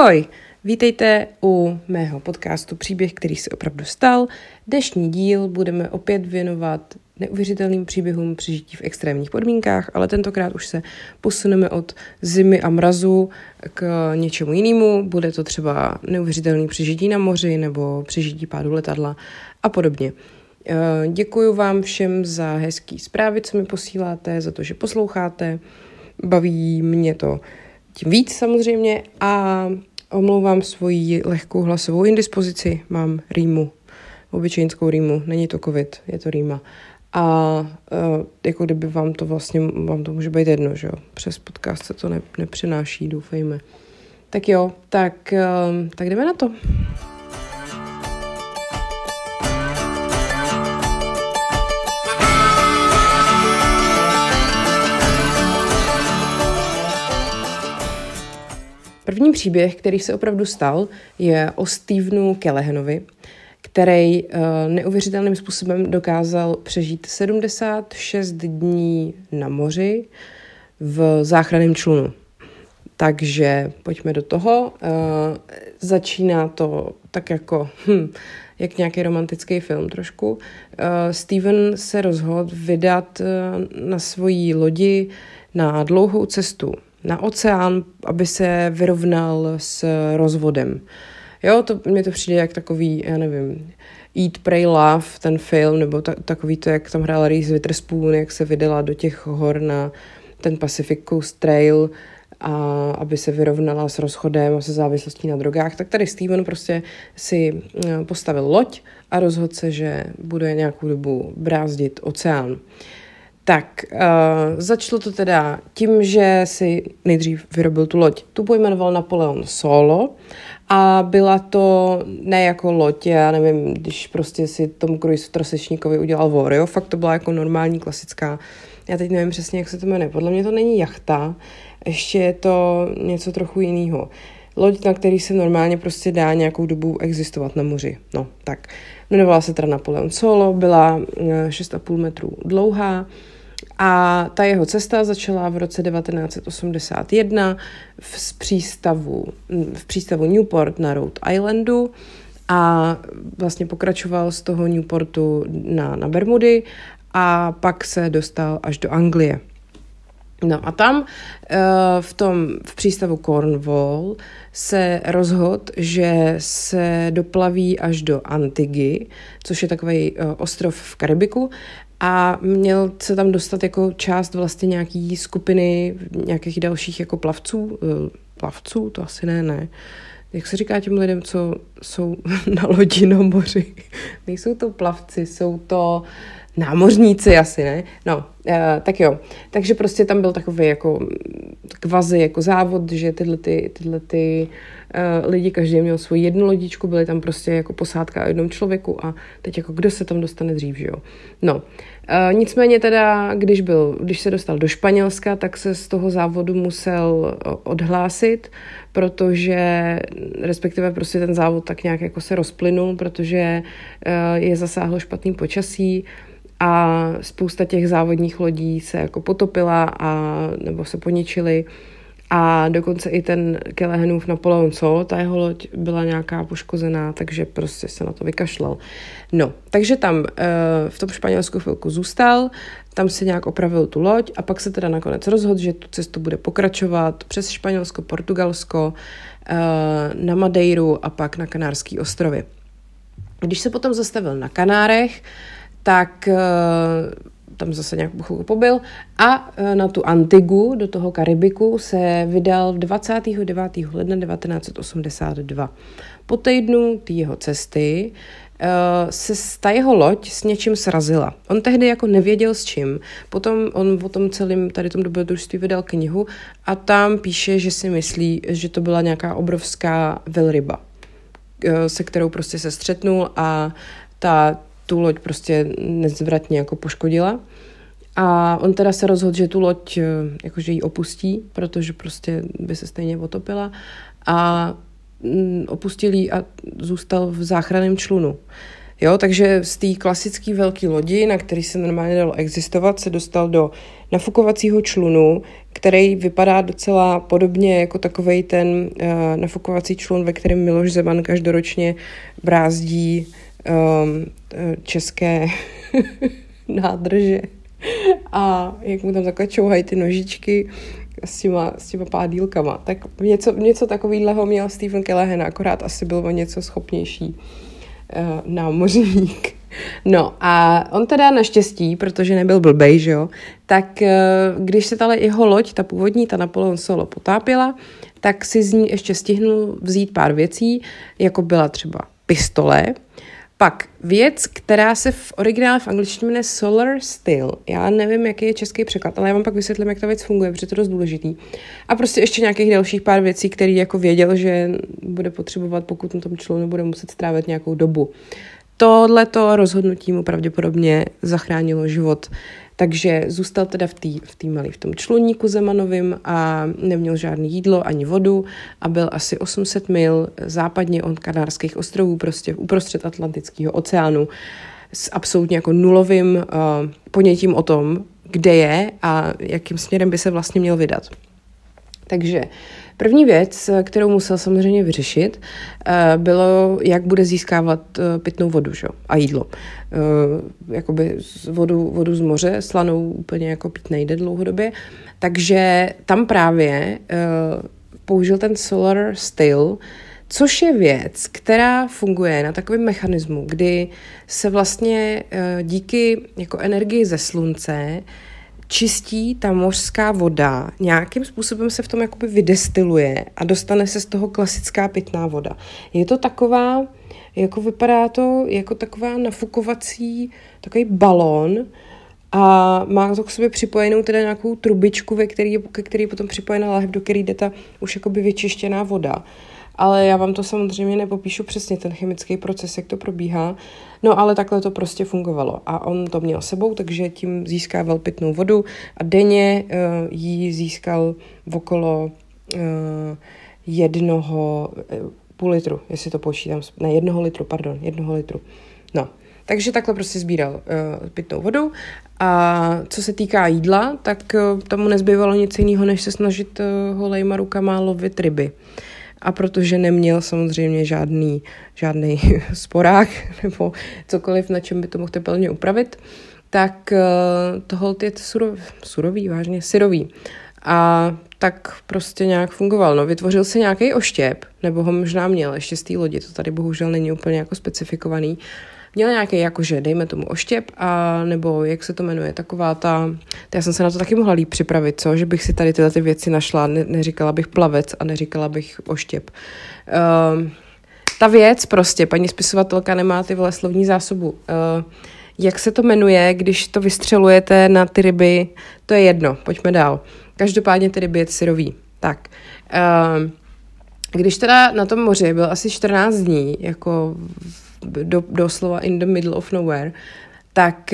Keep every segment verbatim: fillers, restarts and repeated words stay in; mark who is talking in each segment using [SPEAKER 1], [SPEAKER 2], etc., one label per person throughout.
[SPEAKER 1] Ahoj, vítejte u mého podcastu Příběh, který se opravdu stal. Dnešní díl budeme opět věnovat neuvěřitelným příběhům přežití v extrémních podmínkách, ale tentokrát už se posuneme od zimy a mrazu k něčemu jinému. Bude to třeba neuvěřitelný přežití na moři nebo přežití pádu letadla a podobně. Děkuji vám všem za hezký zprávy, co mi posíláte, za to, že posloucháte. Baví mě to tím víc samozřejmě a omlouvám svoji lehkou hlasovou indispozici. Mám rýmu, obyčejnskou rýmu, není to covid, je to rýma. A uh, jako kdyby vám to vlastně, vám to může být jedno, že jo, přes podcast se to ne, nepřenáší, doufejme. Tak jo, tak, uh, tak jdeme na to. První příběh, který se opravdu stal, je o Stevenu Callahanovi, který uh, neuvěřitelným způsobem dokázal přežít sedmdesát šest dní na moři v záchranném člunu. Takže pojďme do toho. Uh, začíná to tak jako hm, jak nějaký romantický film trošku. Uh, Steven se rozhodl vydat uh, na svojí lodi na dlouhou cestu na oceán, aby se vyrovnal s rozvodem. Jo, to mě to přijde jak takový, já nevím, Eat, Pray, Love, ten film, nebo ta, takový to, jak tam hrála Reese Witherspoon, jak se vydala do těch hor na ten Pacific Coast Trail, a aby se vyrovnala s rozchodem a se závislostí na drogách, tak tady Steven prostě si postavil loď a rozhodl se, že bude nějakou dobu brázdit oceán. Tak, uh, začalo to teda tím, že si nejdřív vyrobil tu loď. Tu pojmenoval Napoleon Solo a byla to ne jako loď, já nevím, když prostě si Tom Cruise v Trosečníkovi udělal vor, jo? Fakt to byla jako normální, klasická, já teď nevím přesně, jak se to jmenuje, podle mě to není jachta, ještě je to něco trochu jiného. Loď, na který se normálně prostě dá nějakou dobu existovat na moři. No, tak. Jmenovala se teda Napoleon Solo, byla šest a půl metrů dlouhá a ta jeho cesta začala v roce devatenáct set osmdesát jedna v přístavu, v přístavu Newport na Rhode Islandu a vlastně pokračoval z toho Newportu na, na Bermudy a pak se dostal až do Anglie. No a tam v tom v přístavu Cornwall se rozhodl, že se doplaví až do Antigui, což je takový ostrov v Karibiku a měl se tam dostat jako část vlastně nějaký skupiny nějakých dalších jako plavců, plavců, to asi ne, ne. Jak se říká těm lidem, co jsou na lodi na moři? Nejsou to plavci, jsou to námořníci asi, ne? No, uh, tak jo. Takže prostě tam byl takový jako kvazi jako závod, že tyhle, ty, tyhle ty, uh, lidi, každý měl svoji jednu lodičku, byly tam prostě jako posádka o jednom člověku a teď jako kdo se tam dostane dřív, že jo? No, uh, nicméně teda, když, byl, když se dostal do Španělska, tak se z toho závodu musel odhlásit, protože respektive prostě ten závod tak nějak jako se rozplynul, protože uh, je zasáhlo špatný počasí, a spousta těch závodních lodí se jako potopila a nebo se poničily a dokonce i ten Callahanův Napoleon Solo, ta jeho loď byla nějaká poškozená, takže prostě se na to vykašlal. No, takže tam uh, v tom Španělsku chvilku zůstal, tam si nějak opravil tu loď a pak se teda nakonec rozhodl, že tu cestu bude pokračovat přes Španělsko, Portugalsko, uh, na Madeiru a pak na Kanárský ostrovy. Když se potom zastavil na Kanárech, tak tam zase nějakou chvilku pobyl a na tu Antigu, do toho Karibiku, se vydal dvacátého devátého ledna devatenáct set osmdesát dva. Po týdnu té jeho cesty se ta jeho loď s něčím srazila. On tehdy jako nevěděl s čím. Potom on o tom celém tady tom dobrodružství vydal knihu a tam píše, že si myslí, že to byla nějaká obrovská velryba, se kterou prostě se střetnul a ta tu loď prostě nezvratně jako poškodila. A on teda se rozhodl, že tu loď jakože ji opustí, protože prostě by se stejně otopila a opustil ji a zůstal v záchranném člunu. Jo, takže z té klasické velké lodi, na který se normálně dalo existovat, se dostal do nafukovacího člunu, který vypadá docela podobně jako takovej ten uh, nafukovací člun, ve kterém Miloš Zeman každoročně brázdí um, české nádrže. A jak mu tam takhle čouhají ty nožičky s těma, s těma pádílkama. Tak něco, něco takového měl Stephen Callaghan, akorát asi byl o něco schopnější uh, námořník. No a on teda naštěstí, protože nebyl blbej, že jo, tak uh, když se tahle jeho loď, ta původní, ta Napoleon Solo potápěla, tak si z ní ještě stihnul vzít pár věcí, jako byla třeba pistole. Pak věc, která se v originále v angličtině jmenuje Solar Still. Já nevím, jaký je český překlad, ale já vám pak vysvětlím, jak ta věc funguje, protože to je dost důležitý. A prostě ještě nějakých dalších pár věcí, který jako věděl, že bude potřebovat, pokud na tom člunu bude muset strávit nějakou dobu. Tohleto rozhodnutí mu pravděpodobně zachránilo život. Takže zůstal teda v té v tý malý, v tom čluníku Zemanovým a neměl žádný jídlo ani vodu a byl asi osm set mil západně od Kanárských ostrovů, prostě uprostřed Atlantického oceánu s absolutně jako nulovým uh, ponětím o tom, kde je a jakým směrem by se vlastně měl vydat. Takže první věc, kterou musel samozřejmě vyřešit, bylo, jak bude získávat pitnou vodu, že? A jídlo. Jakoby vodu, vodu z moře, slanou úplně jako pít nejde dlouhodobě. Takže tam právě použil ten Solar Still, což je věc, která funguje na takovém mechanismu, kdy se vlastně díky jako energii ze slunce čistí ta mořská voda, nějakým způsobem se v tom jakoby vydestiluje a dostane se z toho klasická pitná voda. Je to taková, jako vypadá to jako taková nafukovací, takový balón a má to k sobě připojenou teda nějakou trubičku, ve který, ke který je potom připojená láhev, do který jde ta už jakoby vyčištěná voda. Ale já vám to samozřejmě nepopíšu přesně, ten chemický proces, jak to probíhá. No ale takhle to prostě fungovalo. A on to měl sebou, takže tím získával pitnou vodu a denně uh, jí získal okolo uh, jednoho, uh, půl litru, jestli to počítám, ne, jednoho litru, pardon, jednoho litru. No, takže takhle prostě sbíral uh, pitnou vodu. A co se týká jídla, tak uh, tomu nezbývalo nic jiného, než se snažit uh, holejma rukama lovit ryby. A protože neměl samozřejmě žádný, žádný sporák nebo cokoliv, na čem by to mohl tepelně upravit, tak uh, tohle je surov, surový, vážně syrový. A tak prostě nějak fungoval. No, vytvořil se nějaký oštěp, nebo ho možná měl ještě z té lodi, to tady bohužel není úplně jako specifikovaný. Měl nějaký jakože, dejme tomu oštěp, a nebo jak se to jmenuje, taková ta, já jsem se na to taky mohla líp připravit, co, že bych si tady tyhle ty věci našla, ne, neříkala bych plavec a neříkala bych oštěp. Uh, ta věc prostě, paní spisovatelka nemá ty vole slovní zásobu. Uh, jak se to jmenuje, když to vystřelujete na ty ryby, to je jedno, pojďme dál. Každopádně ty ryby je syrový. Tak, uh, když teda na tom moři byl asi čtrnáct dní, jako do, doslova in the middle of nowhere, tak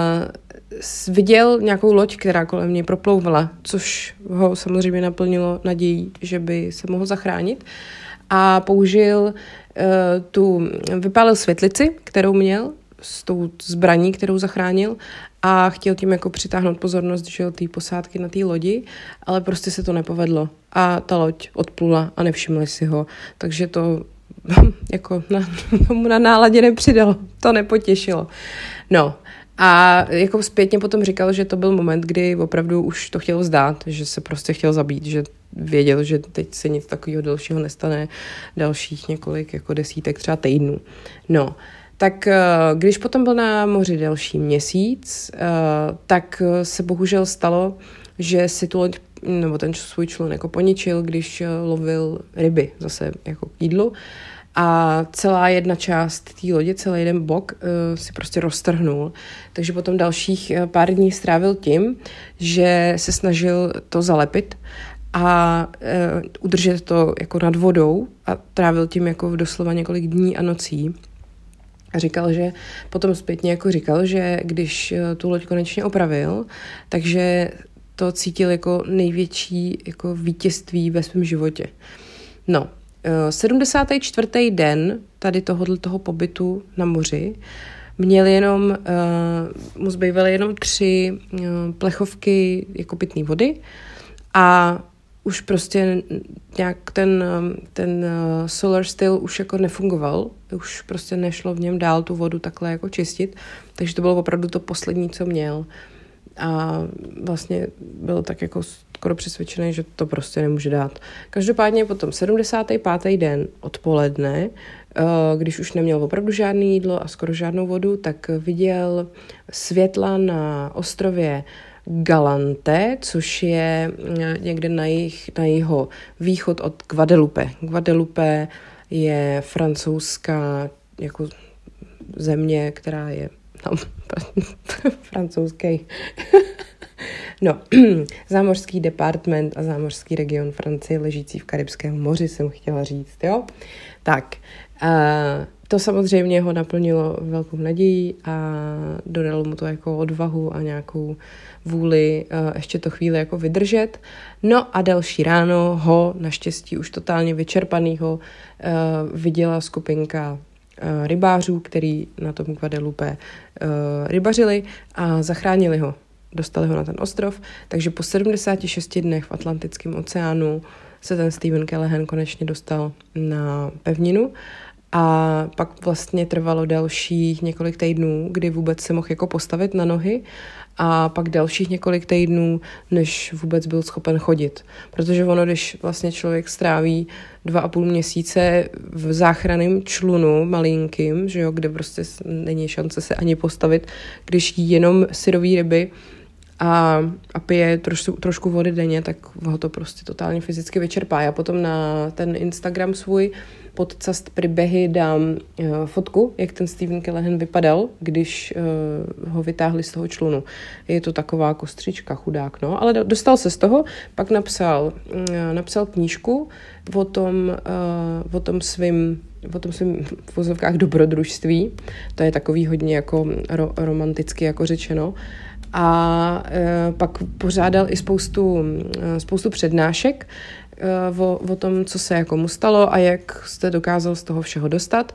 [SPEAKER 1] uh, viděl nějakou loď, která kolem něj proplouvala, což ho samozřejmě naplnilo nadějí, že by se mohl zachránit. A použil uh, tu, vypálil světlici, kterou měl, s tou zbraní, kterou zachránil, a chtěl tím jako přitáhnout pozornost, že té posádky na té lodi, ale prostě se to nepovedlo. A ta loď odplula a nevšimli si ho. Takže to jako na, tomu na náladě nepřidalo. To nepotěšilo. No a jako zpětně potom říkal, že to byl moment, kdy opravdu už to chtěl vzdát, že se prostě chtěl zabít, že věděl, že teď se nic takového dalšího nestane dalších několik jako desítek třeba týdnů. No, tak když potom byl na moři další měsíc, tak se bohužel stalo, že si tu loď, nebo ten svůj člun jako poničil, když lovil ryby zase jako k jídlu. A celá jedna část té lodě, celý jeden bok uh, si prostě roztrhnul. Takže potom dalších pár dní strávil tím, že se snažil to zalepit a uh, udržet to jako nad vodou a trávil tím jako doslova několik dní a nocí. A říkal, že potom zpětně jako říkal, že když tu loď konečně opravil, takže to cítil jako největší jako vítězství ve svém životě. No sedmdesátý čtvrtý den tady tohohle toho pobytu na moři měl jenom, uh, mu zbývaly jenom tři uh, plechovky jako pitné vody a už prostě nějak ten, ten uh, solar still už jako nefungoval, už prostě nešlo v něm dál tu vodu takhle jako čistit, takže to bylo opravdu to poslední, co měl. A vlastně byl tak jako skoro přesvědčený, že to prostě nemůže dát. Každopádně potom sedmdesátý pátý den odpoledne, když už neměl opravdu žádné jídlo a skoro žádnou vodu, tak viděl světla na ostrově Galante, což je někde na, jich, na jeho východ od Guadeloupe. Guadeloupe je francouzská jako země, která je no, francouzský no, zámořský department a zámořský region Francie ležící v Karibském moři, jsem chtěla říct, jo. Tak, uh, to samozřejmě ho naplnilo velkou nadějí a dodalo mu to jako odvahu a nějakou vůli uh, ještě to chvíli jako vydržet. No a další ráno ho, naštěstí už totálně vyčerpanýho, uh, viděla skupinka uh, rybářů, který na tom Guadeloupe uh, rybařili a zachránili ho. Dostali ho na ten ostrov, takže po sedmdesáti šesti dnech v Atlantickém oceánu se ten Stephen Callaghan konečně dostal na pevninu a pak vlastně trvalo dalších několik týdnů, kdy vůbec se mohl jako postavit na nohy a pak dalších několik týdnů, než vůbec byl schopen chodit. Protože ono, když vlastně člověk stráví dva a půl měsíce v záchranném člunu malinkým, že jo, kde prostě není šance se ani postavit, když jí jenom syrový ryby a, a pije trošku, trošku vody denně, tak ho to prostě totálně fyzicky vyčerpá. Já potom na ten Instagram svůj podcast Příběhy dám uh, fotku, jak ten Stephen Callaghan vypadal, když uh, ho vytáhli z toho člunu. Je to taková kostřička, chudák, no, ale dostal se z toho, pak napsal, uh, napsal knížku o tom, uh, o tom svým o tom svým v vozovkách dobrodružství. To je takový hodně jako ro- romanticky jako řečeno. A e, pak pořádal i spoustu, e, spoustu přednášek e, o, o tom, co se jako mu stalo a jak jste dokázal z toho všeho dostat.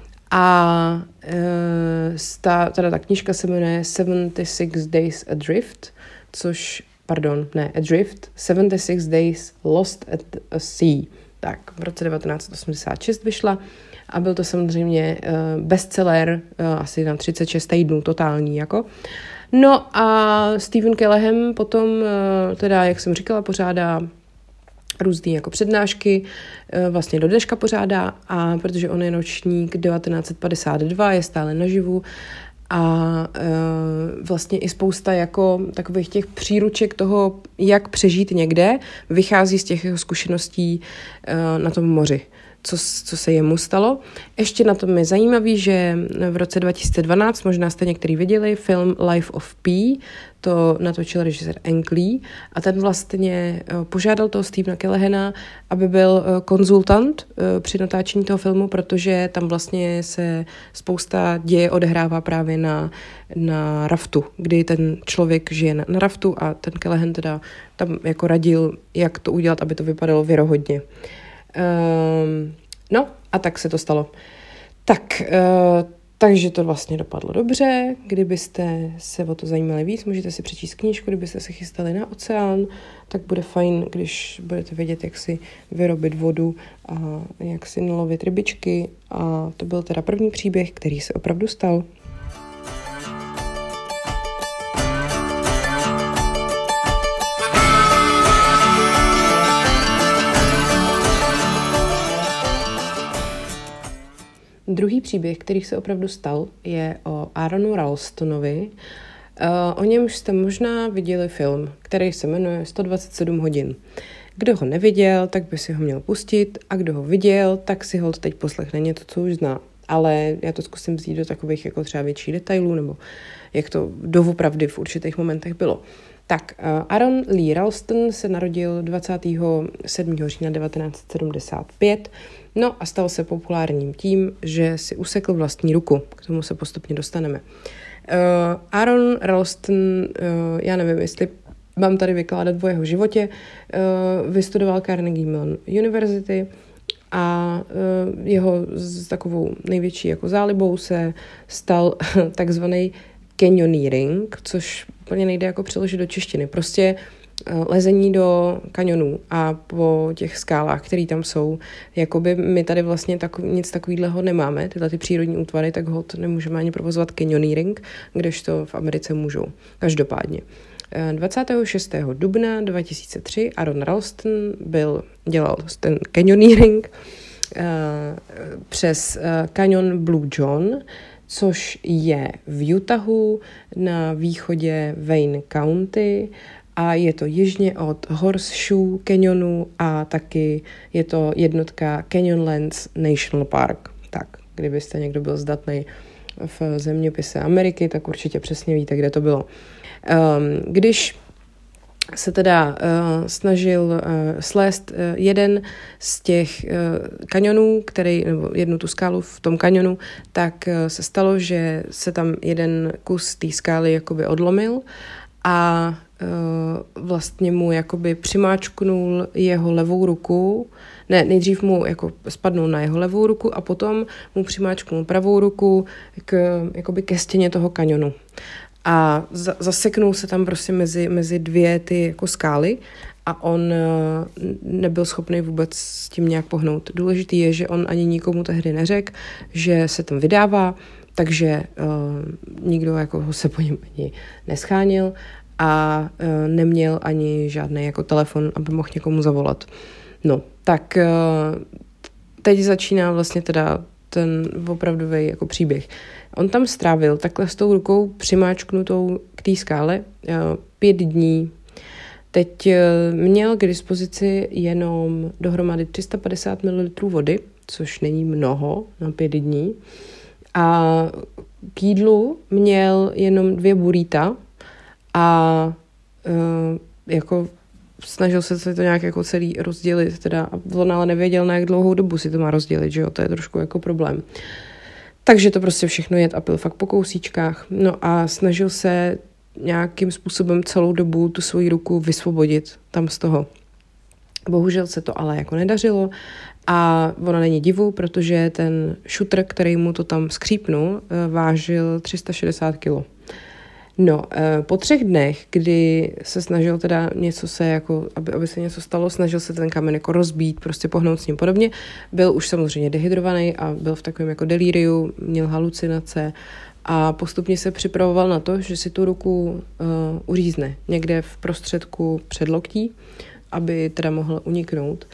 [SPEAKER 1] A e, sta, teda ta knížka se jmenuje sedmdesát šest Days Adrift, což, pardon, ne, Adrift, sedmdesát šest Days Lost at a Sea. Tak v roce devatenáct osmdesát šest vyšla a byl to samozřejmě uh, bestseller uh, asi na třicet šest týdnů totální jako. No a Stephen Callaghan potom, uh, teda jak jsem říkala, pořádá různý jako přednášky, uh, vlastně do dneška pořádá a protože on je ročník devatenáct set padesát dva, je stále naživu a uh, vlastně i spousta jako takových těch příruček toho, jak přežít někde, vychází z těch jeho zkušeností uh, na tom moři, co, co se jemu stalo. Ještě na tom je zajímavý, že v roce dva tisíce dvanáct, možná jste některý viděli, film Life of Pi, to natočil režisér Ang Lee a ten vlastně požádal toho Stephena Callaghana, aby byl konzultant při natáčení toho filmu, protože tam vlastně se spousta děje odehrává právě na, na raftu, kdy ten člověk žije na, na raftu a ten Callahan teda tam jako radil, jak to udělat, aby to vypadalo věrohodně. Um, no a tak se to stalo. Tak, uh, takže to vlastně dopadlo dobře. Kdybyste se o to zajímali víc, můžete si přečíst knížku, kdybyste se chystali na oceán, tak bude fajn, když budete vědět, jak si vyrobit vodu a jak si nalovit rybičky. A to byl teda první příběh, který se opravdu stal. Druhý příběh, který se opravdu stal, je o Aaronu Ralstonovi. O němž jste možná viděli film, který se jmenuje sto dvacet sedm hodin. Kdo ho neviděl, tak by si ho měl pustit a kdo ho viděl, tak si ho teď poslechne něco, co už zná. Ale já to zkusím vzít do takových jako třeba větších detailů, nebo jak to doopravdy v určitých momentech bylo. Tak, Aaron Lee Ralston se narodil dvacátého sedmého října devatenáct set sedmdesát pět, no a stal se populárním tím, že si usekl vlastní ruku. K tomu se postupně dostaneme. Uh, Aaron Ralston, uh, já nevím, jestli mám tady vykládat o jeho životě, uh, vystudoval Carnegie Mellon University a jeho s takovou největší jako zálibou se stal takzvaný canyoneering, což úplně nejde jako přeložit do češtiny. Prostě lezení do kanionů a po těch skálách, které tam jsou. Jakoby my tady vlastně takový, nic takového nemáme, tyhle ty přírodní útvary, tak hod nemůžeme ani provozovat canyoneering, kdežto v Americe můžou. Každopádně. dvacátého šestého dubna dva tisíce tři Aaron Ralston byl, dělal ten canyoneering uh, přes uh, kanion Blue John, což je v Utahu na východě Wayne County a je to jižně od Horseshoe Canyonu a taky je to jednotka Canyonlands National Park. Tak, kdybyste někdo byl zdatný v zeměpise Ameriky, tak určitě přesně víte, kde to bylo. Um, když se teda uh, snažil uh, slést uh, jeden z těch uh, kanionů, který, nebo jednu tu skálu v tom kanionu, tak uh, se stalo, že se tam jeden kus té skály jakoby odlomil a uh, vlastně mu jakoby přimáčknul jeho levou ruku, ne, nejdřív mu jako spadnul na jeho levou ruku a potom mu přimáčknul pravou ruku k, jakoby ke stěně toho kanionu. A za, zaseknul se tam prostě mezi, mezi dvě ty jako skály a on uh, nebyl schopný vůbec s tím nějak pohnout. Důležitý je, že on ani nikomu tehdy neřekl, že se tam vydává, takže uh, nikdo jako ho se po něm ani neschánil a uh, neměl ani žádný jako telefon, aby mohl někomu zavolat. No, tak uh, teď začíná vlastně teda ten opravdový jako příběh. On tam strávil takhle s tou rukou přimáčknutou k té skále uh, pět dní. Teď uh, měl k dispozici jenom dohromady tři sta padesát mililitrů vody, což není mnoho na pět dní. A k jídlu měl jenom dvě burrita a uh, jako snažil se to nějak jako celý rozdělit, teda on ale nevěděl, na jak dlouhou dobu si to má rozdělit, že jo, to je trošku jako problém. Takže to prostě všechno jet a pil fakt po kousíčkách. No a snažil se nějakým způsobem celou dobu tu svoji ruku vysvobodit tam z toho. Bohužel se to ale jako nedařilo a ona není divu, protože ten šutr, který mu to tam skřípnul, vážil tři sta šedesát kilo. No, po třech dnech, kdy se snažil teda něco se jako, aby, aby se něco stalo, snažil se ten kámen jako rozbít, prostě pohnout s ním podobně, byl už samozřejmě dehydrovaný a byl v takovém jako delíriu, měl halucinace a postupně se připravoval na to, že si tu ruku uh, uřízne někde v prostředku předloktí, aby teda mohl uniknout.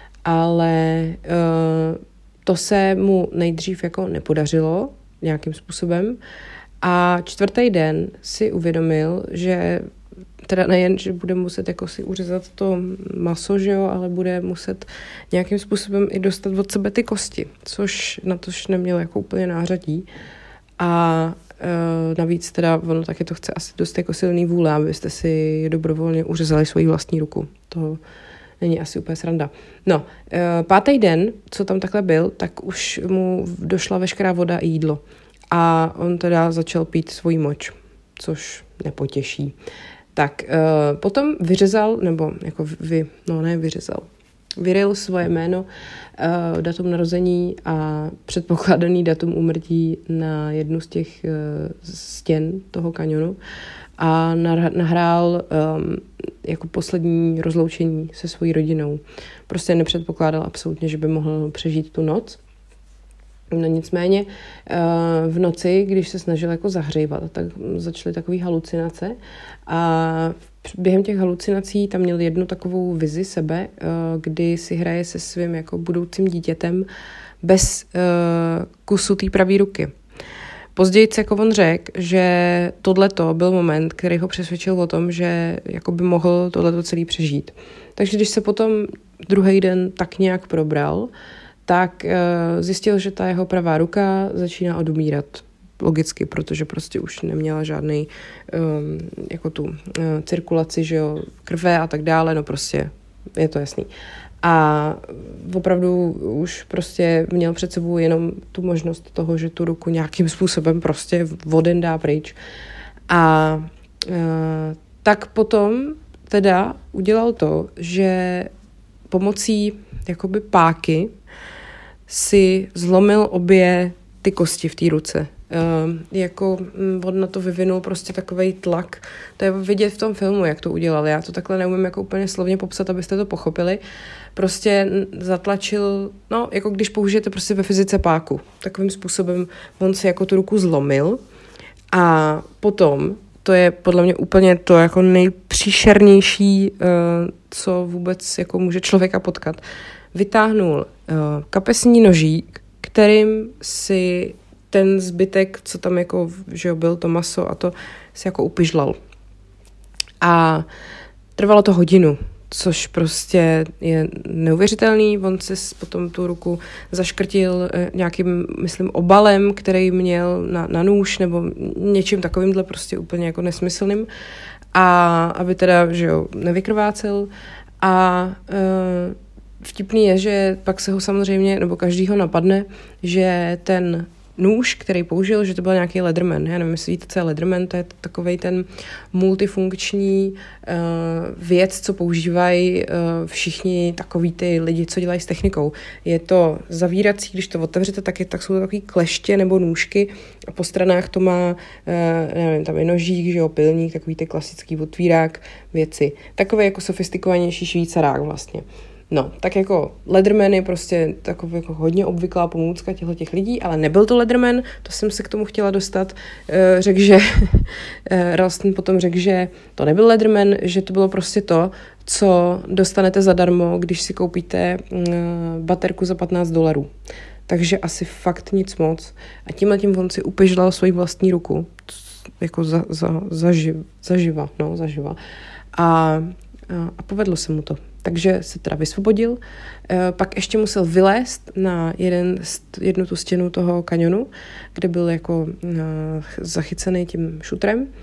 [SPEAKER 1] Ale uh, to se mu nejdřív jako nepodařilo nějakým způsobem. A čtvrtý den si uvědomil, že teda nejen, že bude muset jako si uřezat to maso, že jo, ale bude muset nějakým způsobem i dostat od sebe ty kosti, což na tož neměl jako úplně nářadí. A e, navíc teda ono taky to chce asi dost jako silný vůle, abyste si dobrovolně uřezali svoji vlastní ruku. To není asi úplně sranda. No, e, pátý den, co tam takhle byl, tak už mu došla veškerá voda i jídlo. A on teda začal pít svůj moč, což nepotěší. Tak uh, potom vyřezal, nebo jako vy, no ne vyřezal, vyryl svoje jméno, uh, datum narození a předpokládaný datum úmrtí na jednu z těch uh, stěn toho kanionu a nahrál um, jako poslední rozloučení se svojí rodinou. Prostě nepředpokládal absolutně, že by mohl přežít tu noc. No nicméně v noci, když se snažil jako zahřívat, tak začaly takové halucinace a během těch halucinací tam měl jednu takovou vizi sebe, kdy si hraje se svým jako budoucím dítětem bez kusu té pravé ruky. Později jako on řekl, že tohleto byl moment, který ho přesvědčil o tom, že jako by mohl tohleto celý přežít. Takže když se potom druhý den tak nějak probral, tak uh, zjistil, že ta jeho pravá ruka začíná odumírat. Logicky, protože prostě už neměla žádný um, jako tu uh, cirkulaci, že jo, krve a tak dále, no prostě je to jasný. A opravdu už prostě měl před sebou jenom tu možnost toho, že tu ruku nějakým způsobem prostě voden dá pryč. A uh, tak potom teda udělal to, že pomocí jakoby páky si zlomil obě ty kosti v té ruce. Uh, jako on na to vyvinul prostě takovej tlak. To je vidět v tom filmu, jak to udělal. Já to takhle neumím jako úplně slovně popsat, abyste to pochopili. Prostě zatlačil, no, jako když použijete prostě ve fyzice páku. Takovým způsobem on si jako tu ruku zlomil a potom, to je podle mě úplně to jako nejpříšernější, uh, co vůbec jako může člověka potkat, vytáhnul uh, kapesní nožík, kterým si ten zbytek, co tam jako, že jo, byl to maso a to si jako upižlal. A trvalo to hodinu, což prostě je neuvěřitelný. On si potom tu ruku zaškrtil nějakým, myslím, obalem, který měl na, na nůž nebo něčím takovýmhle prostě úplně jako nesmyslným. A aby teda, že jo, nevykrvácel. A e, vtipný je, že pak se ho samozřejmě, nebo každýho napadne, že ten nůž, který použil, že to byl nějaký Leatherman. Já nevím, jestli víte, co je Leatherman, to je takovej ten multifunkční uh, věc, co používají uh, všichni takový ty lidi, co dělají s technikou. Je to zavírací, když to otevřete, tak, je, tak jsou to takový kleště nebo nůžky a po stranách to má, uh, nevím, tam je nožík, že jo, pilník, takový ty klasický otvírák věci. Takový jako sofistikovanější švýcarák vlastně. No, tak jako Leatherman je prostě takový jako hodně obvyklá pomůcka těchto těch lidí, ale nebyl to Leatherman, to jsem se k tomu chtěla dostat. Řekl, že Ralston potom řekl, že to nebyl Leatherman, že to bylo prostě to, co dostanete zadarmo, když si koupíte baterku za patnáct dolarů. Takže asi fakt nic moc. A tímhle tím on si upižlal svoji vlastní ruku. Jako za, za, zaživ, zaživa, no, zaživa. A, a povedlo se mu to. Takže se teda vysvobodil. E, pak ještě musel vylézt na jeden, jednu tu stěnu toho kanionu, kde byl jako e, zachycený tím šutrem. E,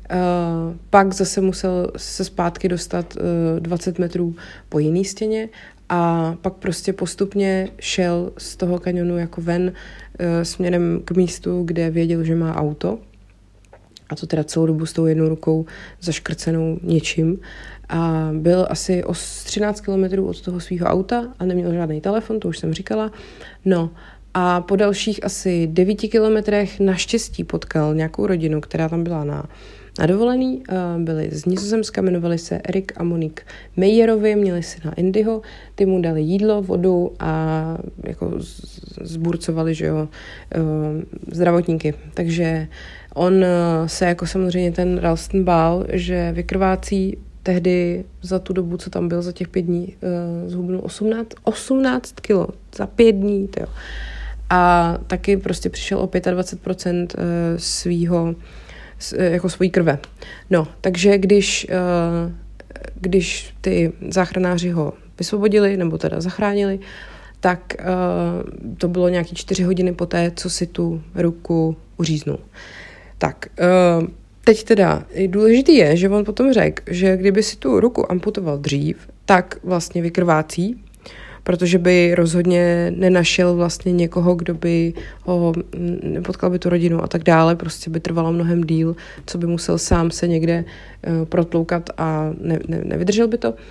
[SPEAKER 1] pak zase musel se zpátky dostat e, dvacet metrů po jiné stěně a pak prostě postupně šel z toho kanionu jako ven e, směrem k místu, kde věděl, že má auto. A to teda celou dobu s tou jednou rukou zaškrcenou něčím. A byl asi o třináct kilometrů od toho svého auta a neměl žádný telefon, to už jsem říkala. No a po dalších asi devíti kilometrech naštěstí potkal nějakou rodinu, která tam byla na, na dovolený. Byli z Nizozemska, jmenovali se Erik a Monique Meyerovi, měli si na Indiho, ty mu dali jídlo, vodu a jako zburcovali, že jo, zdravotníky. Takže on se jako samozřejmě ten Ralston bál, že vykrvácí. Tehdy za tu dobu, co tam byl, za těch pět dní, uh, zhubnul osmnáct kilo za pět dní. Tyjo. A taky prostě přišel o dvacet pět procent uh, svýho, uh, jako svojí krve. No, takže když, uh, když ty záchranáři ho vysvobodili, nebo teda zachránili, tak uh, to bylo nějaký čtyři hodiny poté, co si tu ruku uříznul. Tak, uh, teď teda důležitý je, že on potom řekl, že kdyby si tu ruku amputoval dřív, tak vlastně vykrvácí, protože by rozhodně nenašel vlastně někoho, kdo by ho, nepotkal by tu rodinu a tak dále, prostě by trvalo mnohem díl, co by musel sám se někde uh, protloukat a ne, ne, nevydržel by to. Uh,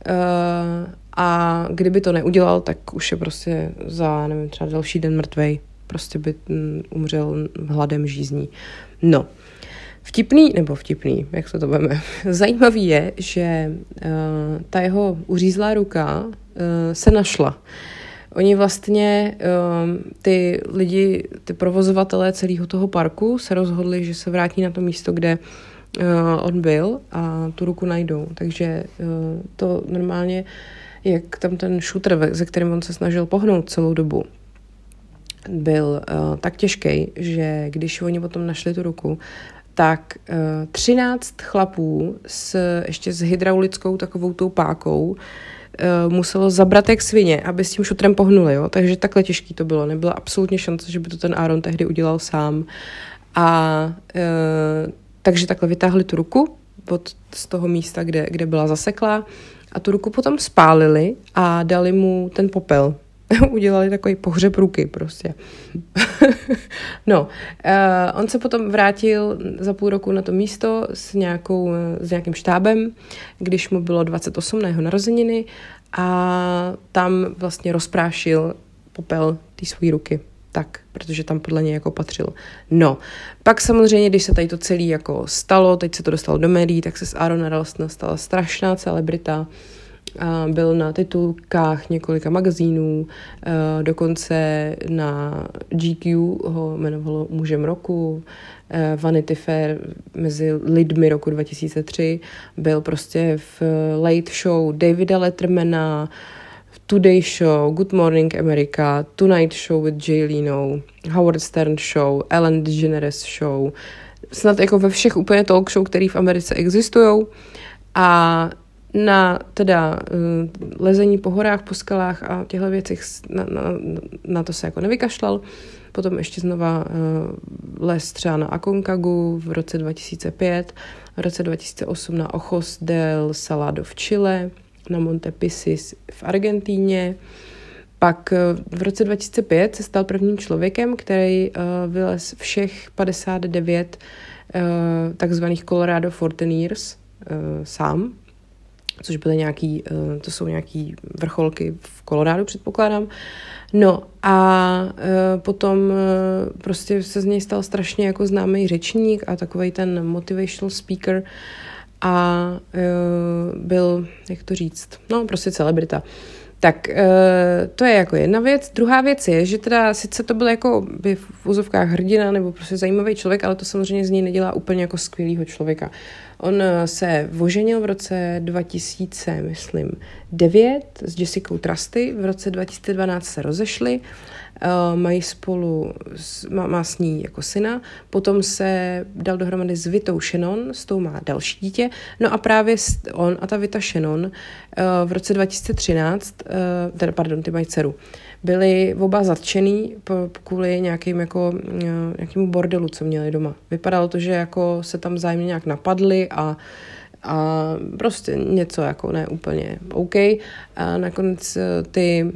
[SPEAKER 1] a kdyby to neudělal, tak už je prostě za, nevím, třeba další den mrtvej, prostě by um, umřel hladem žízní. No. Vtipný, nebo vtipný, jak se to veme. Zajímavý je, že uh, ta jeho uřízlá ruka uh, se našla. Oni vlastně, uh, ty lidi, ty provozovatelé celého toho parku se rozhodli, že se vrátí na to místo, kde uh, on byl a tu ruku najdou. Takže uh, to normálně, jak tam ten šutr, ze kterým on se snažil pohnout celou dobu, byl uh, tak těžký, že když oni potom našli tu ruku, tak uh, třináct chlapů s, ještě s hydraulickou takovou tou pákou uh, muselo zabrat jak svině, aby s tím šutrem pohnuli, jo? Takže takhle těžký to bylo. Nebyla absolutně šance, že by to ten Aaron tehdy udělal sám. A uh, takže takhle vytáhli tu ruku od, z toho místa, kde, kde byla zaseklá a tu ruku potom spálili a dali mu ten popel. Udělali takový pohřeb ruky prostě. No, uh, on se potom vrátil za půl roku na to místo s, nějakou, s nějakým štábem, když mu bylo dvacet osm na jeho narozeniny a tam vlastně rozprášil popel té své ruky. Tak, protože tam podle něj jako patřilo. No, pak samozřejmě, když se tady to celé jako stalo, teď se to dostalo do médií, tak se z Aarona Ralstona stala strašná celebrita. A byl na titulkách několika magazínů, dokonce na G Q ho jmenovalo mužem roku, Vanity Fair mezi lidmi roku dva tisíce tři, byl prostě v Late Show Davida Lettermana, Today Show, Good Morning America, Tonight Show with Jay Leno, Howard Stern Show, Ellen DeGeneres Show, snad jako ve všech úplně talk show, které v Americe existují. A na teda uh, lezení po horách, po skalách a těchto věcech na, na, na to se jako nevykašlal. Potom ještě znova uh, les třeba na Aconcagu v roce dva tisíce pět, v roce dva tisíce osm na Ojos del Salado v Chile, na Monte Piscis v Argentíně. Pak v roce dva tisíce pět se stal prvním člověkem, který uh, vylez všech padesát devět uh, takzvaných Colorado Fortiniers uh, sám, což byly nějaký, uh, to jsou nějaký vrcholky v Kolorádu, předpokládám. No a uh, potom uh, prostě se z něj stal strašně jako známý řečník a takovej ten motivational speaker a uh, byl, jak to říct, no prostě celebrita. Tak uh, to je jako jedna věc. Druhá věc je, že teda sice to byl jako by v úzovkách hrdina nebo prostě zajímavý člověk, ale to samozřejmě z něj nedělá úplně jako skvělýho člověka. On se oženil v roce dva tisíce, myslím, devět s Jessicou Trusty, v roce dva tisíce dvanáct se rozešli, uh, mají spolu, má, má s ní jako syna, potom se dal dohromady s Vitou Shannon, s tou má další dítě, no a právě on a ta Vita Shannon uh, v roce dva tisíce třináct, uh, teda pardon, ty mají dceru, byli oba zatčený kvůli nějakým jako, nějakému bordelu, co měli doma. Vypadalo to, že jako se tam vzájemně nějak napadli a, a prostě něco jako ne úplně OK. A nakonec ty,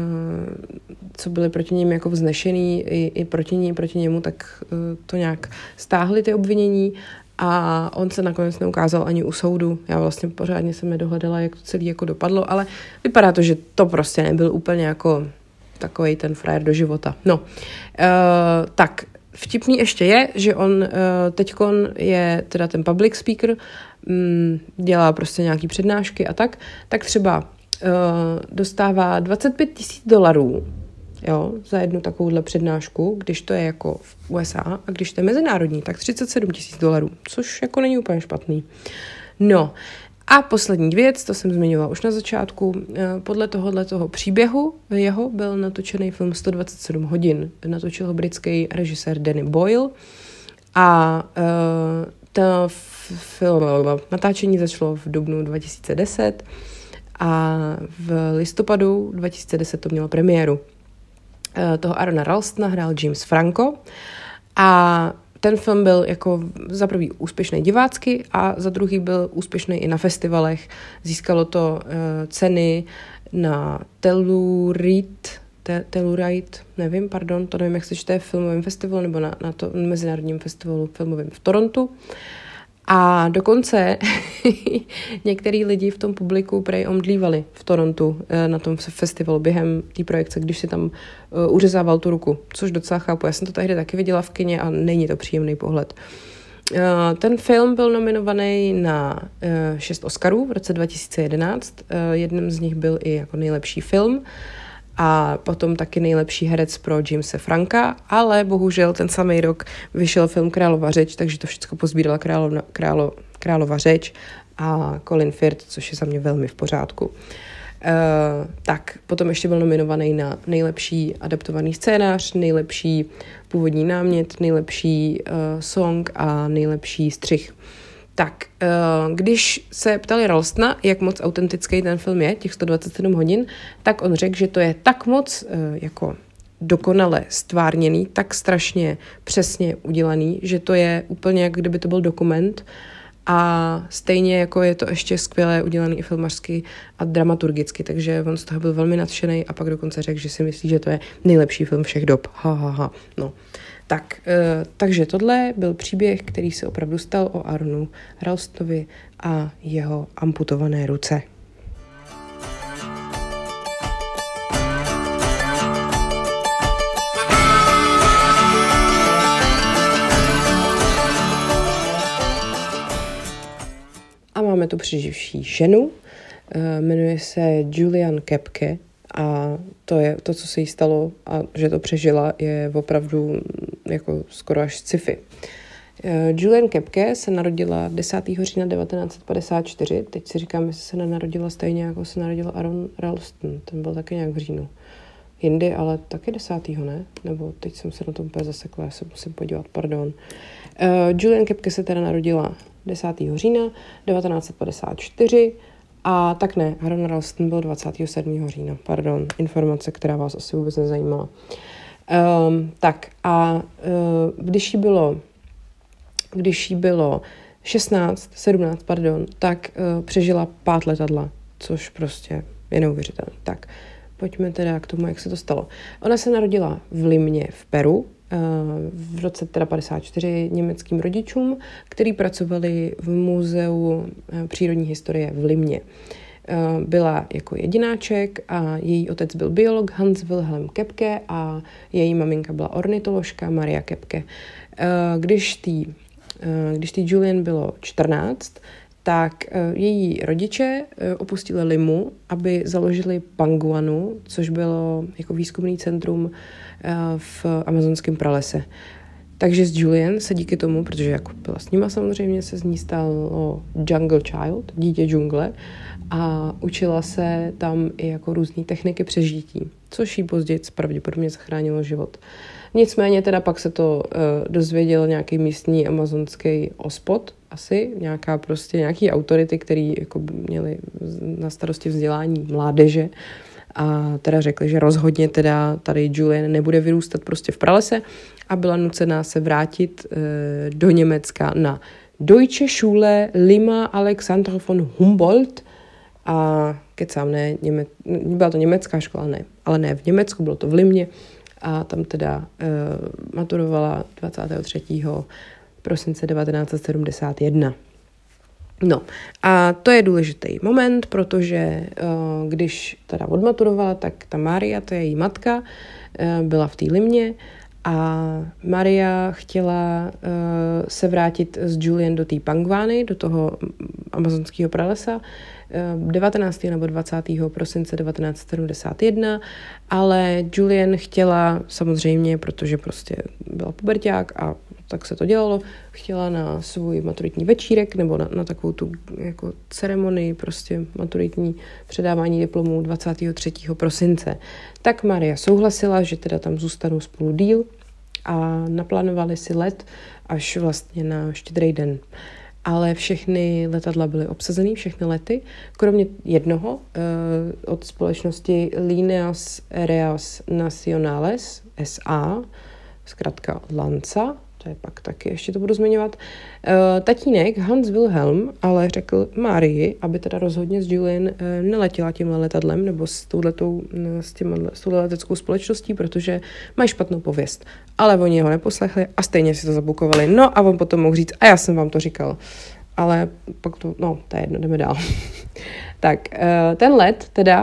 [SPEAKER 1] co byli proti ním jako vznešený i, i proti ní, proti němu, tak to nějak stáhli ty obvinění a on se nakonec neukázal ani u soudu. Já vlastně pořádně jsem nedohledala, jak to celé jako dopadlo, ale vypadá to, že to prostě nebyl úplně jako takovej ten frajer do života. No, uh, tak vtipný ještě je, že on uh, teďkon je teda ten public speaker, um, dělá prostě nějaký přednášky a tak, tak třeba uh, dostává dvacet pět tisíc dolarů, jo, za jednu takovouhle přednášku, když to je jako v U S A a když to je mezinárodní, tak třicet sedm tisíc dolarů, což jako není úplně špatný. No, a poslední věc, to jsem zmiňovala už na začátku, podle tohohle toho příběhu jeho byl natočený film sto dvacet sedm hodin. Natočil ho britský režisér Danny Boyle a uh, to film, natáčení začalo v dubnu dva tisíce deset a v listopadu dva tisíce deset to mělo premiéru. Uh, toho Aarona Ralstona hrál James Franco a ten film byl jako za prvý úspěšný divácky a za druhý byl úspěšný i na festivalech. Získalo to uh, ceny na Telluride, te, Telluride, nevím, pardon, to nevím, jak se čte, filmovém festivalu nebo na, na to mezinárodním festivalu filmovém v Torontu. A dokonce některý lidi v tom publiku prej omdlívali v Torontu na tom festivalu během té projekce, když si tam uh, uřezával tu ruku, což docela chápu. Já jsem to tehdy taky viděla v kině a není to příjemný pohled. Uh, ten film byl nominovaný na uh, šest Oscarů v roce dva tisíce jedenáct. Uh, jedním z nich byl i jako nejlepší film a potom taky nejlepší herec pro Jamese Franka, ale bohužel ten samý rok vyšel film Králova řeč, takže to všechno pozbírala královna, králo, Králova řeč a Colin Firth, což je za mě velmi v pořádku. Uh, tak, potom ještě byl nominovaný na nejlepší adaptovaný scénář, nejlepší původní námět, nejlepší uh, song a nejlepší střih. Tak, když se ptali Ralstona, jak moc autentický ten film je, těch sto dvacet sedm hodin, tak on řekl, že to je tak moc jako dokonale stvárněný, tak strašně přesně udělaný, že to je úplně, jak kdyby to byl dokument a stejně jako je to ještě skvěle udělaný i filmařsky a dramaturgicky, takže on z toho byl velmi nadšený a pak dokonce řekl, že si myslí, že to je nejlepší film všech dob. Ha, ha, ha. No. Tak, e, takže tohle byl příběh, který se opravdu stal o Aaronu Ralstonovi a jeho amputované ruce. máme tu přeživší ženu, jmenuje se Julian Kepke a to je to, co se jí stalo a že to přežila, je opravdu jako skoro až sci-fi. Julian Kepke se narodila desátého října devatenáct set padesát čtyři. Teď si říkám, jestli se nenarodila stejně, jako se narodila Aaron Ralston. Ten byl taky nějak v říjnu. Jindy, ale taky desátého ne? Nebo teď jsem se na tom úplně zasekla, já se musím podívat, pardon. Uh, Julian Kepke se teda narodila desátého října devatenáct set padesát čtyři a tak ne, Aaron Ralston byl dvacátého sedmého října. Pardon, informace, která vás asi vůbec nezajímala. Um, tak a uh, když jí bylo Když jí bylo šestnáct, sedmnáct, pardon, tak uh, přežila pát letadla, což prostě je neuvěřitelné. Tak, pojďme teda k tomu, jak se to stalo. Ona se narodila v Limě v Peru, uh, v roce teda padesát čtyři německým rodičům, kteří pracovali v muzeu uh, přírodní historie v Limě. Uh, byla jako jedináček a její otec byl biolog Hans Wilhelm Kepke a její maminka byla ornitoložka Maria Kepke. Uh, když tý Když tý Julian bylo čtrnáct, tak její rodiče opustili Limu, aby založili Panguanu, což bylo jako výzkumný centrum v amazonském pralese. Takže s Julian se díky tomu, protože jako byla s nima samozřejmě, se z ní stalo Jungle Child, dítě džungle, a učila se tam i jako různé techniky přežití, což jí později pravděpodobně zachránilo život. Nicméně teda pak se to uh, dozvěděl nějaký místní amazonský ospod, asi nějaká prostě nějaký autority, který jako měli na starosti vzdělání mládeže a teda řekli, že rozhodně teda tady Julian nebude vyrůstat prostě v pralese a byla nucená se vrátit uh, do Německa na Deutsche Schule Lima Alexander von Humboldt a kecám, ne, Něme, byla to německá škola, ne, ale ne v Německu, bylo to v Limě. A tam teda uh, maturovala dvacátého třetího prosince devatenáct set sedmdesát jedna. No a to je důležitý moment, protože uh, když teda odmaturovala, tak ta Maria, to je její matka, uh, byla v té Limě a Maria chtěla uh, se vrátit s Julian do té Panguany, do toho amazonského pralesa, devatenáctého nebo dvacátého prosince devatenáct set sedmdesát jedna, ale Julian chtěla samozřejmě, protože prostě byla puberťák a tak se to dělalo, chtěla na svůj maturitní večírek nebo na, na takovou tu jako ceremonii prostě maturitní předávání diplomů dvacátého třetího prosince. Tak Maria souhlasila, že teda tam zůstanou spolu díl a naplánovali si let až vlastně na Štědrý den. Ale všechny letadla byly obsazený, všechny lety, kromě jednoho uh, od společnosti Líneas Aéreas Nacionales S A, zkrátka Lanza, to je pak taky, ještě to budu zmiňovat. Uh, tatínek Hans Wilhelm ale řekl Marii, aby teda rozhodně s Julian uh, neletěla tímhle letadlem nebo s touhletou, s, těma, s touhle leteckou společností, protože mají špatnou pověst. Ale oni ho neposlechli a stejně si to zabukovali. No a on potom mohl říct, a já jsem vám to říkal. Ale pak to, no, to je jedno, jdeme dál. Tak, uh, ten let teda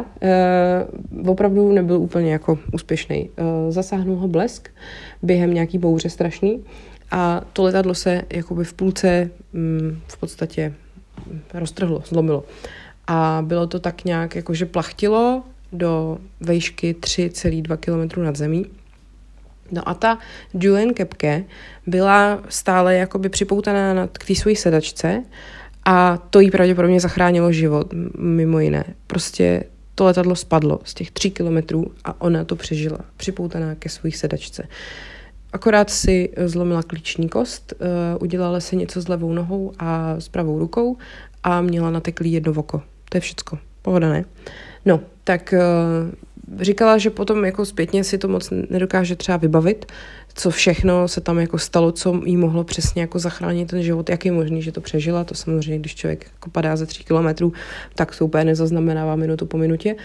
[SPEAKER 1] uh, opravdu nebyl úplně jako úspěšný. Uh, zasáhnul ho blesk během nějaký bouře strašný a to letadlo se jakoby v půlce um, v podstatě roztrhlo, zlomilo. A bylo to tak nějak, jakože plachtilo do výšky tři celá dva kilometru nad zemí. No a ta Julian Kepke byla stále jakoby připoutaná na, k té své sedačce a to jí pravděpodobně zachránilo život, mimo jiné. Prostě to letadlo spadlo z těch tří kilometrů a ona to přežila, připoutaná ke své sedačce. Akorát si zlomila klíční kost, uh, udělala si něco s levou nohou a s pravou rukou a měla nateklý jedno oko. To je všecko. Pohoda, ne? No, tak uh, říkala, že potom jako zpětně si to moc nedokáže třeba vybavit, co všechno se tam jako stalo, co jí mohlo přesně jako zachránit ten život, jak je možný, že to přežila. To samozřejmě, když člověk jako padá ze tří kilometrů, tak to úplně nezaznamenává minutu po minutě.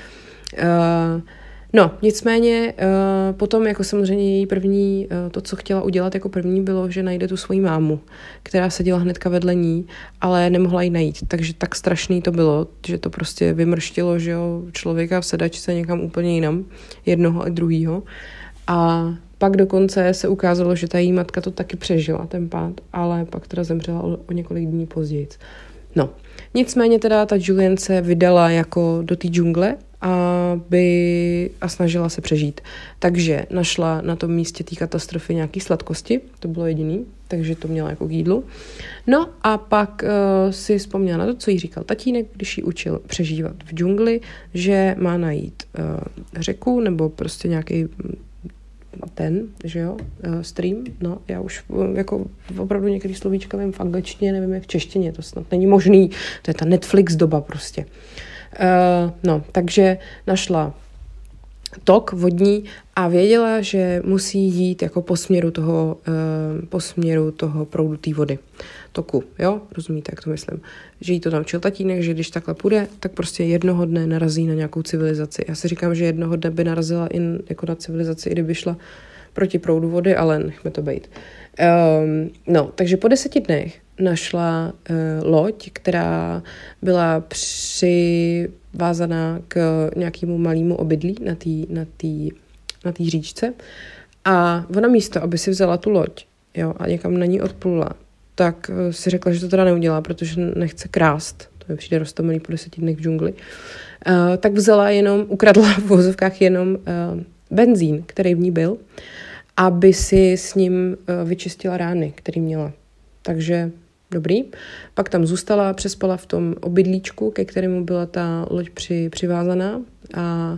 [SPEAKER 1] Uh, No, nicméně uh, potom jako samozřejmě její první, uh, to, co chtěla udělat jako první, bylo, že najde tu svoji mámu, která seděla hnedka vedle ní, ale nemohla ji najít. Takže tak strašný to bylo, že to prostě vymrštilo, že jo, člověka v sedačce někam úplně jinam, jednoho a druhýho. A pak dokonce se ukázalo, že ta její matka to taky přežila, ten pád, ale pak teda zemřela o, o několik dní později. No, nicméně teda ta Julian se vydala jako do té džungle aby, a snažila se přežít. Takže našla na tom místě té katastrofy nějaký sladkosti, to bylo jediný, takže to měla jako k jídlu. No a pak uh, si vzpomněla na to, co jí říkal tatínek, když jí učil přežívat v džungli, že má najít uh, řeku nebo prostě nějaký ten, že jo, uh, stream, no, já už uh, jako opravdu některý slovíčka vím v angličtině, nevím jak v češtině, to snad není možný, to je ta Netflix doba prostě. Uh, no, takže našla tok vodní a věděla, že musí jít jako po směru toho, uh, po směru toho proudu té vody, toku, jo, rozumíte, jak to myslím, že jí to naučil tatínek, že když takhle půjde, tak prostě jednoho dne narazí na nějakou civilizaci. Já si říkám, že jednoho dne by narazila i jako na civilizaci, i kdyby šla proti proudu vody, ale nechme to být. Um, no, takže po deseti dnech našla uh, loď, která byla přivázaná k nějakému malému obydlí na té na tý, na tý říčce a ona místo, aby si vzala tu loď, jo, a někam na ní odplula, tak uh, si řekla, že to teda neudělá, protože nechce krást, to mi přijde roztomilý po deseti dnech v džungli, uh, tak vzala jenom, ukradla v vozovkách jenom uh, benzín, který v ní byl, aby si s ním uh, vyčistila rány, který měla. Takže dobrý. Pak tam zůstala, přespala v tom obydlíčku, ke kterému byla ta loď při, přivázaná a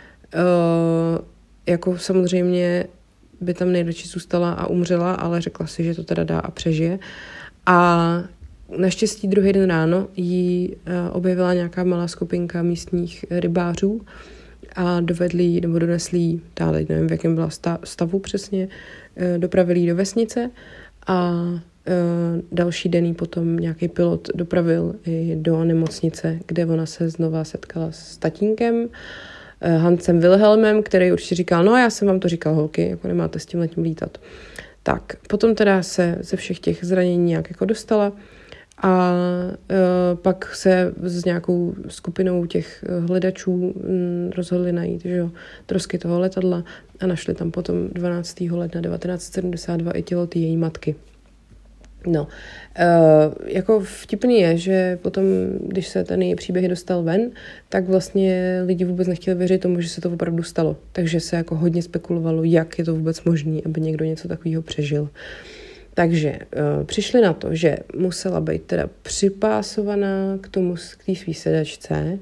[SPEAKER 1] uh, jako samozřejmě by tam nejradši zůstala a umřela, ale řekla si, že to teda dá a přežije. A naštěstí druhý den ráno jí uh, objevila nějaká malá skupinka místních rybářů a dovedli jí, nebo donesli jí, dále nevím, v jakém byla stavu přesně, uh, dopravili jí do vesnice a Uh, další den jí potom nějaký pilot dopravil i do nemocnice, kde ona se znova setkala s tatínkem, uh, Hansem Wilhelmem, který určitě říkal, no já jsem vám to říkal, holky, jako nemáte s tím letím lítat. Tak, potom teda se ze všech těch zranění nějak jako dostala a uh, pak se s nějakou skupinou těch hledačů um, rozhodli najít, že jo, trosky toho letadla a našli tam potom dvanáctého ledna devatenáct set sedmdesát dva i tělo té její matky. No, uh, jako vtipný je, že potom, když se ten její příběh dostal ven, tak vlastně lidi vůbec nechtěli věřit tomu, že se to opravdu stalo. Takže se jako hodně spekulovalo, jak je to vůbec možné, aby někdo něco takového přežil. Takže uh, přišli na to, že musela být teda připásovaná k tomu, k té svý sedačce, uh,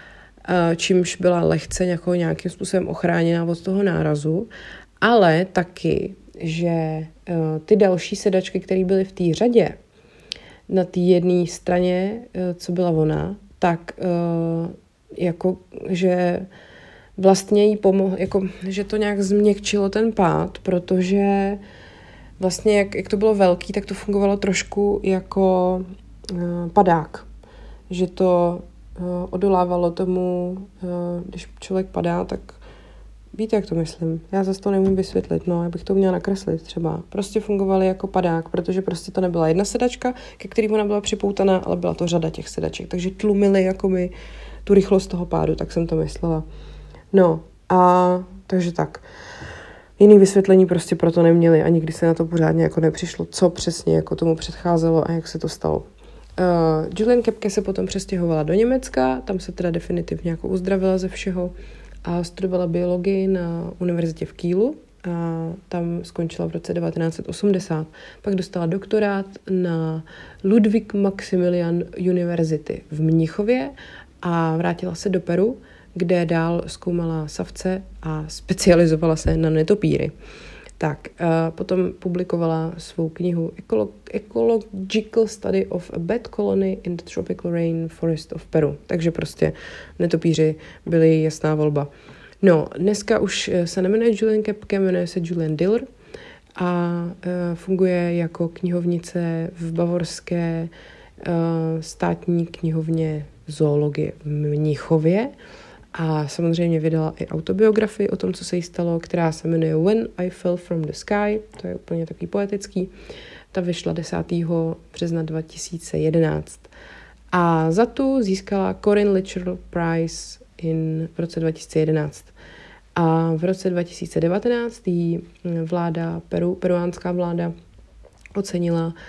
[SPEAKER 1] čímž byla lehce jako nějakým způsobem ochráněná od toho nárazu, ale taky, že uh, ty další sedačky, které byly v té řadě, na té jedné straně, uh, co byla ona, tak uh, jako, že vlastně jí pomohlo, jako, že to nějak změkčilo ten pád, protože vlastně jak, jak to bylo velký, tak to fungovalo trošku jako uh, padák. Že to uh, odolávalo tomu, uh, když člověk padá, tak víte, jak to myslím? Já zase to nemůžu vysvětlit, no, já bych to měla nakreslit třeba. Prostě fungovaly jako padák, protože prostě to nebyla jedna sedačka, ke který ona byla připoutaná, ale byla to řada těch sedaček, takže tlumily jako mi tu rychlost toho pádu, tak jsem to myslela. No, a takže tak. Jiný vysvětlení prostě proto neměli a nikdy se na to pořádně jako nepřišlo, co přesně jako tomu předcházelo a jak se to stalo. Uh, Julian Köpke se potom přestěhovala do Německa, tam se teda definitivně jako uzdravila ze všeho a studovala biologii na univerzitě v Kielu a tam skončila v roce devatenáct set osmdesát. Pak dostala doktorát na Ludwig Maximilian University v Mnichově a vrátila se do Peru, kde dál zkoumala savce a specializovala se na netopíry. Tak, a potom publikovala svou knihu Ecological Study of a Bat Colony in the Tropical Rainforest of Peru. Takže prostě netopíři byly jasná volba. No, dneska už se nemenuje Julian Köpke, jmenuje se Julian Diller a uh, funguje jako knihovnice v bavorské uh, státní knihovně zoologie v Mnichově. A samozřejmě vydala i autobiografii o tom, co se jí stalo, která se jmenuje When I Fell from the Sky. To je úplně takový poetický. Ta vyšla desátého března dva tisíce jedenáct. A za tu získala Corinne Litchfield Prize in, v roce dva tisíce jedenáct. A v roce dva tisíce devatenáct jí vláda, Peru, peruánská vláda, ocenila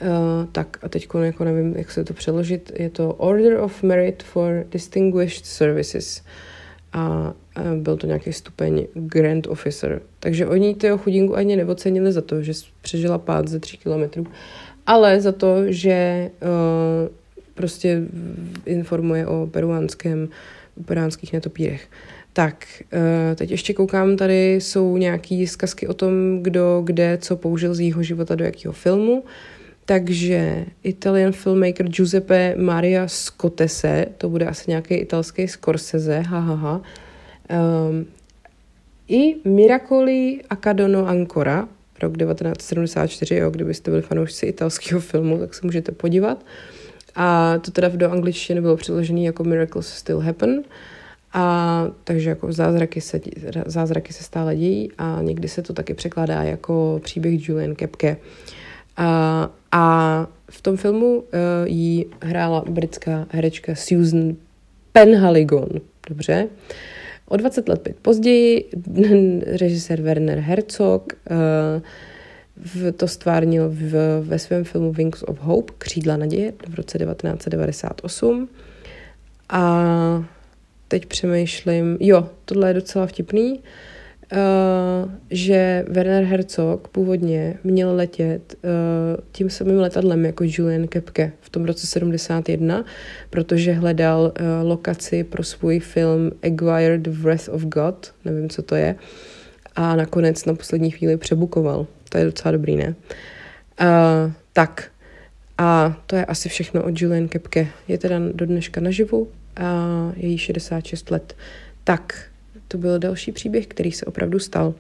[SPEAKER 1] Uh, tak a teď jako nevím, jak se to přeložit. Je to Order of Merit for Distinguished Services. A, a byl to nějaký stupeň Grand Officer. Takže oni toho chudinku ani neocenili za to, že přežila pád ze tří kilometrů, ale za to, že uh, prostě informuje o peruánském, peruánských netopírech. Tak, uh, teď ještě koukám, tady jsou nějaký zkazky o tom, kdo, kde, co použil z jeho života do jakého filmu. Takže Italian filmmaker Giuseppe Maria Scotese, to bude asi nějaký italský Scorsese, hahaha. Um, I Miracoli Accadono Ancora, rok devatenáct sedmdesát čtyři, jo, kdybyste byli fanoušci italského filmu, tak se můžete podívat. A to teda do angličtiny bylo přeložené jako Miracles Still Happen. A takže jako zázraky se, zázraky se stále dějí a někdy se to taky překládá jako příběh Julian Kepke. A, a v tom filmu uh, jí hrála britská herečka Susan Penhaligon. Dobře. O dvacet let později režisér Werner Herzog uh, v, to stvárnil v, ve svém filmu Wings of Hope, Křídla naděje, v roce devatenáct set devadesát osm. A teď přemýšlím, jo, tohle je docela vtipný, Uh, že Werner Herzog původně měl letět uh, tím samým letadlem jako Julian Kepke v tom roce sedmdesát jedna, protože hledal uh, lokaci pro svůj film Aguirre The Wrath of God, nevím, co to je, a nakonec na poslední chvíli přebukoval. To je docela dobrý, ne? Uh, tak, a to je asi všechno od Julian Kepke. Je teda do dneška naživu a je jí šedesát šest let. Tak, to byl další příběh, který se opravdu stal.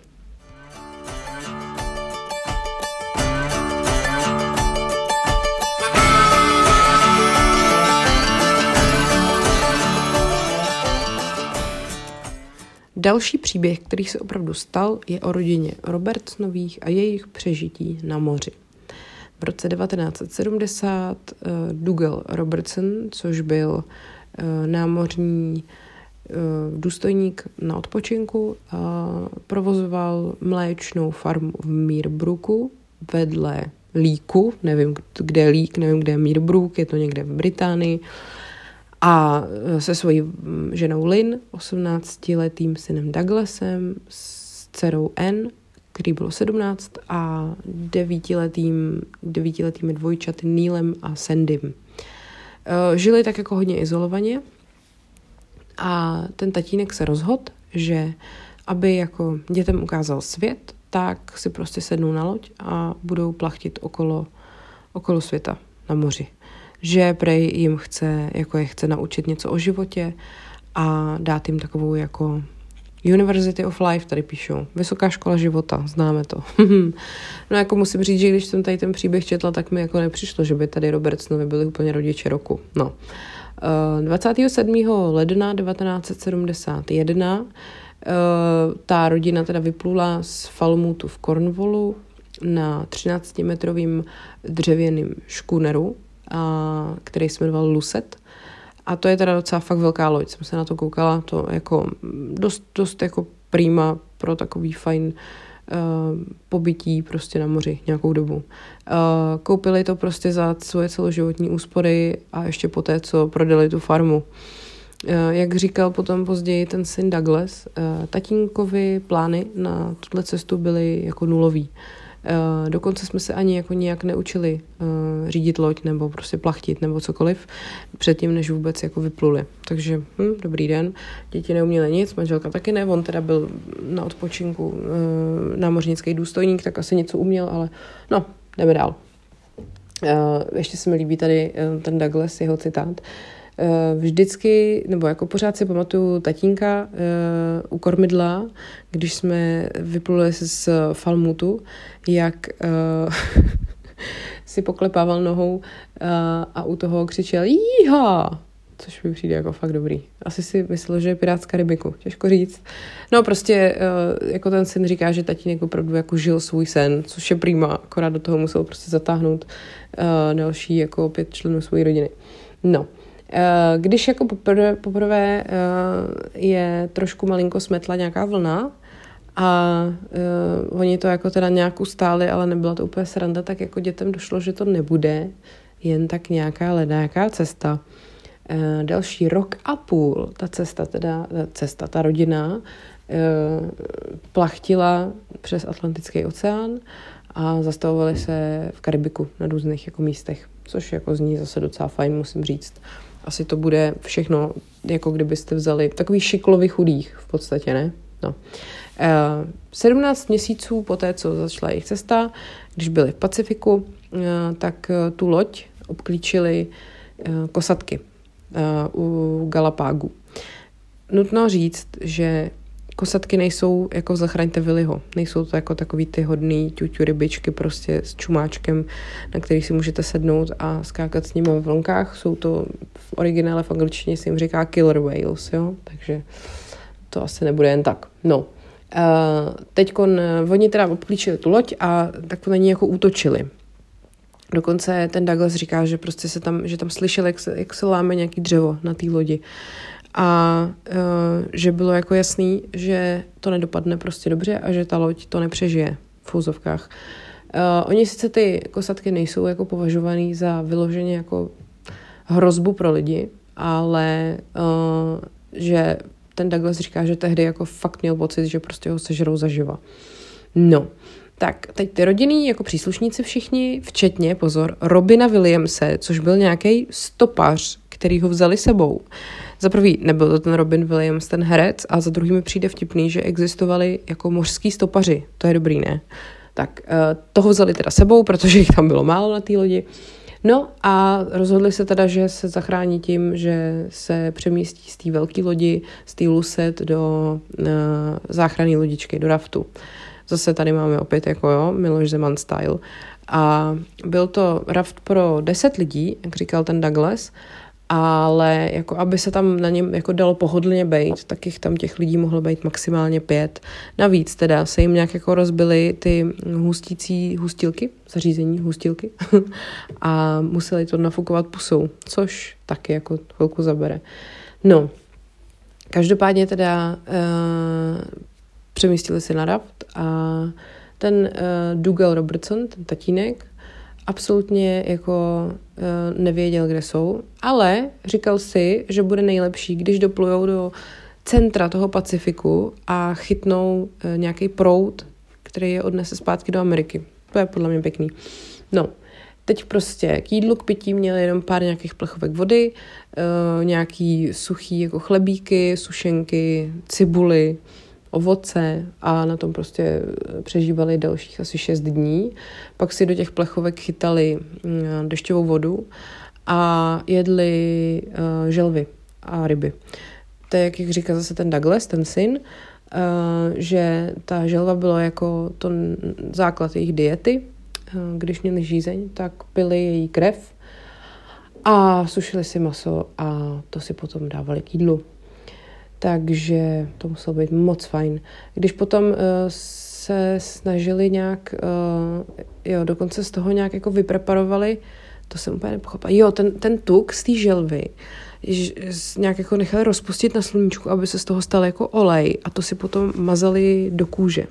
[SPEAKER 1] Další příběh, který se opravdu stal, je o rodině Robertsonových a jejich přežití na moři. V roce devatenáct set sedmdesát uh, Dougal Robertson, což byl uh, námořní důstojník na odpočinku, a provozoval mléčnou farmu v Meerbrookku vedle Leaku, nevím, kde je Leak, nevím, kde je Meerbrook, je to někde v Británii, a se svojí ženou Lynn, osmnáctiletým synem Douglasem, s dcerou Anne, který bylo sedmnáct, a devítiletým, devítiletými dvojčaty Neilem a Sandym. Žili tak jako hodně izolovaně. A ten tatínek se rozhodl, že aby jako dětem ukázal svět, tak si prostě sednou na loď a budou plachtit okolo, okolo světa na moři. Že prej jim chce, jako je chce naučit něco o životě a dát jim takovou jako University of Life, tady píšou. Vysoká škola života, známe to. No jako musím říct, že když jsem tady ten příběh četla, tak mi jako nepřišlo, že by tady Robertsonovi byli úplně rodiče roku. No. dvacátého sedmého ledna devatenáct set sedmdesát jedna ta rodina teda vyplula z Falmoutu v Cornwallu na třináctimetrovým dřevěným škúneru, který se jmenoval Lucet. A to je teda docela fakt velká loď. Jsem se na to koukala, to jako dost, dost jako prima pro takový fajn uh, pobytí prostě na moři nějakou dobu. Uh, koupili to prostě za svoje celoživotní úspory a ještě poté, co prodali tu farmu. Uh, jak říkal potom později ten syn Douglas, uh, tatínkovi plány na tuhle cestu byly jako nulový. Uh, dokonce jsme se ani jako nějak neučili uh, řídit loď nebo prostě plachtit nebo cokoliv předtím, než vůbec jako vypluli. Takže hm, dobrý den, děti neuměly nic, manželka taky ne, on teda byl na odpočinku uh, námořnický důstojník, tak asi něco uměl, ale no, jdeme dál. Uh, ještě se mi líbí tady uh, ten Douglas, jeho citát. Vždycky, nebo jako pořád si pamatuju tatínka uh, u kormidla, když jsme vypluli z Falmoutu, jak uh, si poklepával nohou uh, a u toho křičel jíha, což mi přijde jako fakt dobrý. Asi si myslel, že je pirát z Karibiku, těžko říct. No prostě uh, jako ten syn říká, že tatínek opravdu jako žil svůj sen, což je prima, akorát do toho musel prostě zatáhnout uh, další jako pět členů své rodiny. No. Když jako poprvé, poprvé je trošku malinko smetla nějaká vlna A uh, oni to jako teda nějak ustáli, ale nebyla to úplně sranda, tak jako dětem došlo, že to nebude jen tak nějaká ledáká cesta. Uh, další rok a půl ta cesta, teda ta cesta, ta rodina uh, plachtila přes Atlantický oceán a zastavovali se v Karibiku na různých jako místech, což jako zní zase docela fajn, musím říct. Asi to bude všechno, jako kdybyste vzali takový šiklový chudých v podstatě, ne? No. sedmnáct měsíců poté, co začala jejich cesta, když byli v Pacifiku, tak tu loď obklíčili kosatky u Galapágu. Nutno říct, že kosatky nejsou jako v Zachraňte Willyho. Nejsou to jako takový ty hodný ťuťu rybičky prostě s čumáčkem, na který si můžete sednout a skákat s nimi v vlnkách. Jsou to v originále v angličtině se jim říká killer whales, jo? Takže to asi nebude jen tak. No. Uh, teďkon oni teda obklíčili tu loď a tak na ní jako útočili. Dokonce ten Douglas říká, že prostě se tam, že tam slyšel, jak se, jak se láme nějaký dřevo na té lodi. A uh, že bylo jako jasný, že to nedopadne prostě dobře a že ta loď to nepřežije v úzovkách. Uh, oni sice ty kosatky nejsou jako považovaný za vyloženě jako hrozbu pro lidi, ale uh, že ten Douglas říká, že tehdy jako fakt měl pocit, že prostě ho sežerou zaživa. No, tak teď ty rodinní jako příslušníci všichni, včetně, pozor, Robina Williamse, což byl nějaký stopař, který ho vzali sebou. Za prvý nebyl to ten Robin Williams, ten herec, a za druhý mi přijde vtipný, že existovali jako mořský stopaři. To je dobrý, ne? Tak toho vzali teda sebou, protože jich tam bylo málo na té lodi. No a rozhodli se teda, že se zachrání tím, že se přemístí z té velké lodi, z té Lucet do uh, záchranné lodičky, do raftu. Zase tady máme opět jako jo, Miloš Zeman style. A byl to raft pro deset lidí, jak říkal ten Douglas, ale jako aby se tam na něm jako dalo pohodlně bejt, tak jich tam těch lidí mohlo být maximálně pět. Navíc teda se jim nějak jako rozbily ty hustící hustilky, zařízení hustilky a museli to nafukovat pusou, což taky jako chvilku zabere. No, každopádně teda uh, přemístili se na raft a ten uh, Dougal Robertson, ten tatínek, absolutně jako uh, nevěděl, kde jsou, ale říkal si, že bude nejlepší, když doplujou do centra toho Pacifiku a chytnou uh, nějaký proud, který je odnese zpátky do Ameriky. To je podle mě pěkný. No, teď prostě k jídlu, k pití měli jenom pár nějakých plechovek vody, uh, nějaký suchý jako chlebíky, sušenky, cibuly, ovoce a na tom prostě přežívali dalších asi šest dní. Pak si do těch plechovek chytali dešťovou vodu a jedli uh, želvy a ryby. To je, jak říká zase ten Douglas, ten syn, uh, že ta želva bylo jako to základ jejich diety. Uh, když měli žízeň, tak pili její krev a sušili si maso a to si potom dávali k jídlu. Takže to muselo být moc fajn. Když potom uh, se snažili nějak, uh, jo, dokonce z toho nějak jako vypreparovali, to jsem úplně nepochopila. Jo, ten, ten tuk z té želvy nějak jako nechali rozpustit na sluníčku, aby se z toho stal jako olej a to si potom mazali do kůže.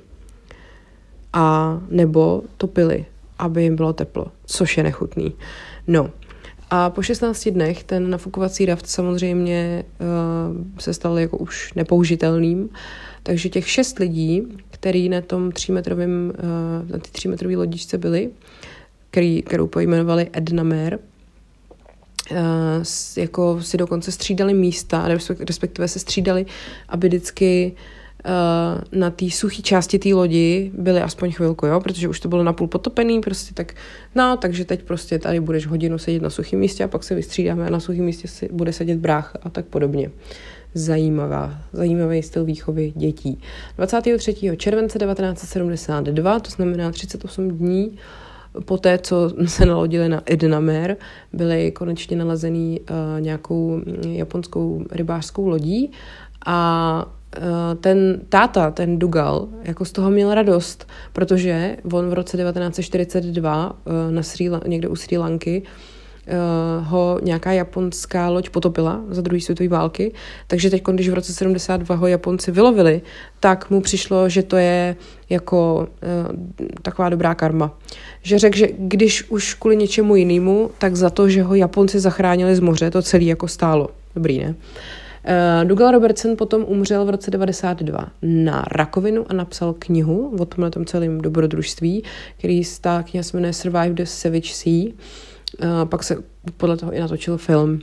[SPEAKER 1] A nebo topili, aby jim bylo teplo, což je nechutný. No. A po šestnácti dnech ten nafukovací raft samozřejmě uh, se stal jako už nepoužitelným, takže těch šest lidí, který na tom třímetrovém, uh, na té třímetrové lodičce byli, který, kterou pojmenovali Edna Mare, uh, jako si dokonce střídali místa, respektive se střídali, aby vždycky Uh, na té suché části té lodi byly aspoň chvilku, jo, protože už to bylo napůl potopený, prostě tak, no, takže teď prostě tady budeš hodinu sedět na suchém místě a pak se vystřídáme a na suchém místě si bude sedět brácha a tak podobně. Zajímavá, zajímavý styl výchovy dětí. dvacátého třetího července devatenáct set sedmdesát dva, to znamená třicet osm dní poté, co se nalodili na Edna Mare, byly konečně nalezený uh, nějakou japonskou rybářskou lodí a ten táta, ten Dougal, jako z toho měl radost, protože on v roce devatenáct set čtyřicet dva na Srí, někde u Srí Lanky ho nějaká japonská loď potopila za druhé světové války, takže teď, když v roce sedmdesát dva ho Japonci vylovili, tak mu přišlo, že to je jako uh, taková dobrá karma. Že řekl, že když už kvůli něčemu jinému, tak za to, že ho Japonci zachránili z moře, to celé jako stálo. Dobrý, ne? Uh, Dougal Robertson potom umřel v roce devadesát dva na rakovinu a napsal knihu o tomhle tom celém dobrodružství, který ta kniha se jmenuje Survive the Savage Sea. Uh, pak se podle toho i natočil film.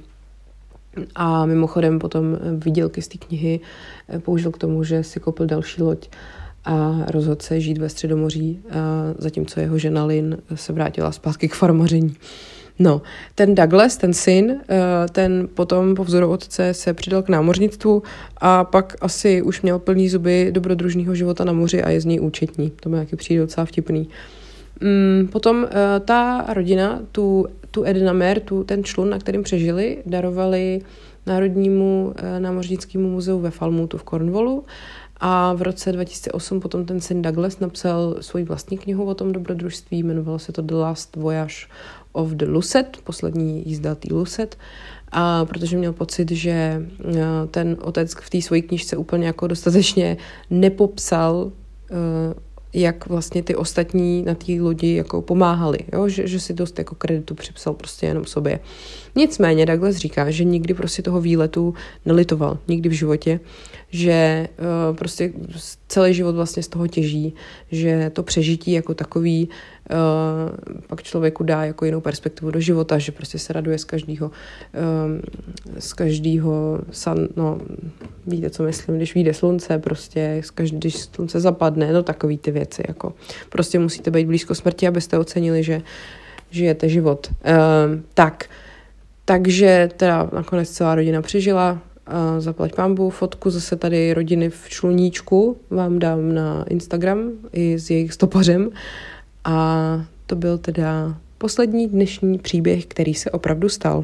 [SPEAKER 1] A mimochodem potom výdělky z té knihy použil k tomu, že si koupil další loď a rozhodl se žít ve Středomoří, a zatímco jeho žena Lynn se vrátila zpátky k farmaření. No, ten Douglas, ten syn, ten potom po vzoru otce se přidal k námořnictvu a pak asi už měl plný zuby dobrodružného života na moři a je z něj účetní. To mi taky přijde docela vtipný. Potom ta rodina, tu, tu Edna Mare, tu, ten člun, na kterým přežili, darovali Národnímu námořnickému muzeu ve Falmoutu v Cornwallu a v roce dva tisíce osm potom ten syn Douglas napsal svoji vlastní knihu o tom dobrodružství, jmenovalo se to The Last Voyage of the Lucet, poslední jízda té Lucet, a protože měl pocit, že ten otec v té své knižce úplně jako dostatečně nepopsal, jak vlastně ty ostatní na té lodi jako pomáhali, jo? Že, že si dost jako kreditu připsal prostě jenom sobě. Nicméně Douglas říká, že nikdy prostě toho výletu nelitoval, nikdy v životě, že uh, prostě celý život vlastně z toho těží, že to přežití jako takový uh, pak člověku dá jako jinou perspektivu do života, že prostě se raduje z každého um, z každého san, no víte, co myslím, když vyjde slunce, prostě každý, když slunce zapadne, no takový ty věci, jako prostě musíte být blízko smrti, abyste ocenili, že žijete život. Um, tak, takže teda nakonec celá rodina přežila, a zaplať pánbu, fotku zase tady rodiny v čluníčku vám dám na Instagram i s jejich stopařem a to byl teda poslední dnešní příběh, který se opravdu stal.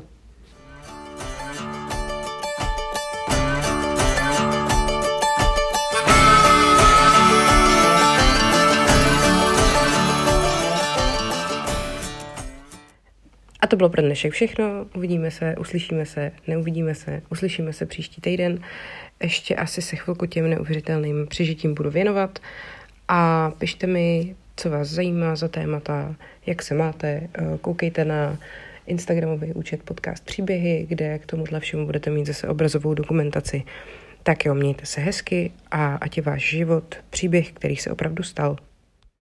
[SPEAKER 1] A to bylo pro dnešek všechno. Uvidíme se, uslyšíme se, neuvidíme se, uslyšíme se příští týden. Ještě asi se chvilku těm neuvěřitelným přežitím budu věnovat. A pište mi, co vás zajímá za témata, jak se máte. Koukejte na Instagramový účet Podcast Příběhy, kde k tomuhle všemu budete mít zase obrazovou dokumentaci. Tak jo, mějte se hezky a ať je váš život příběh, který se opravdu stal.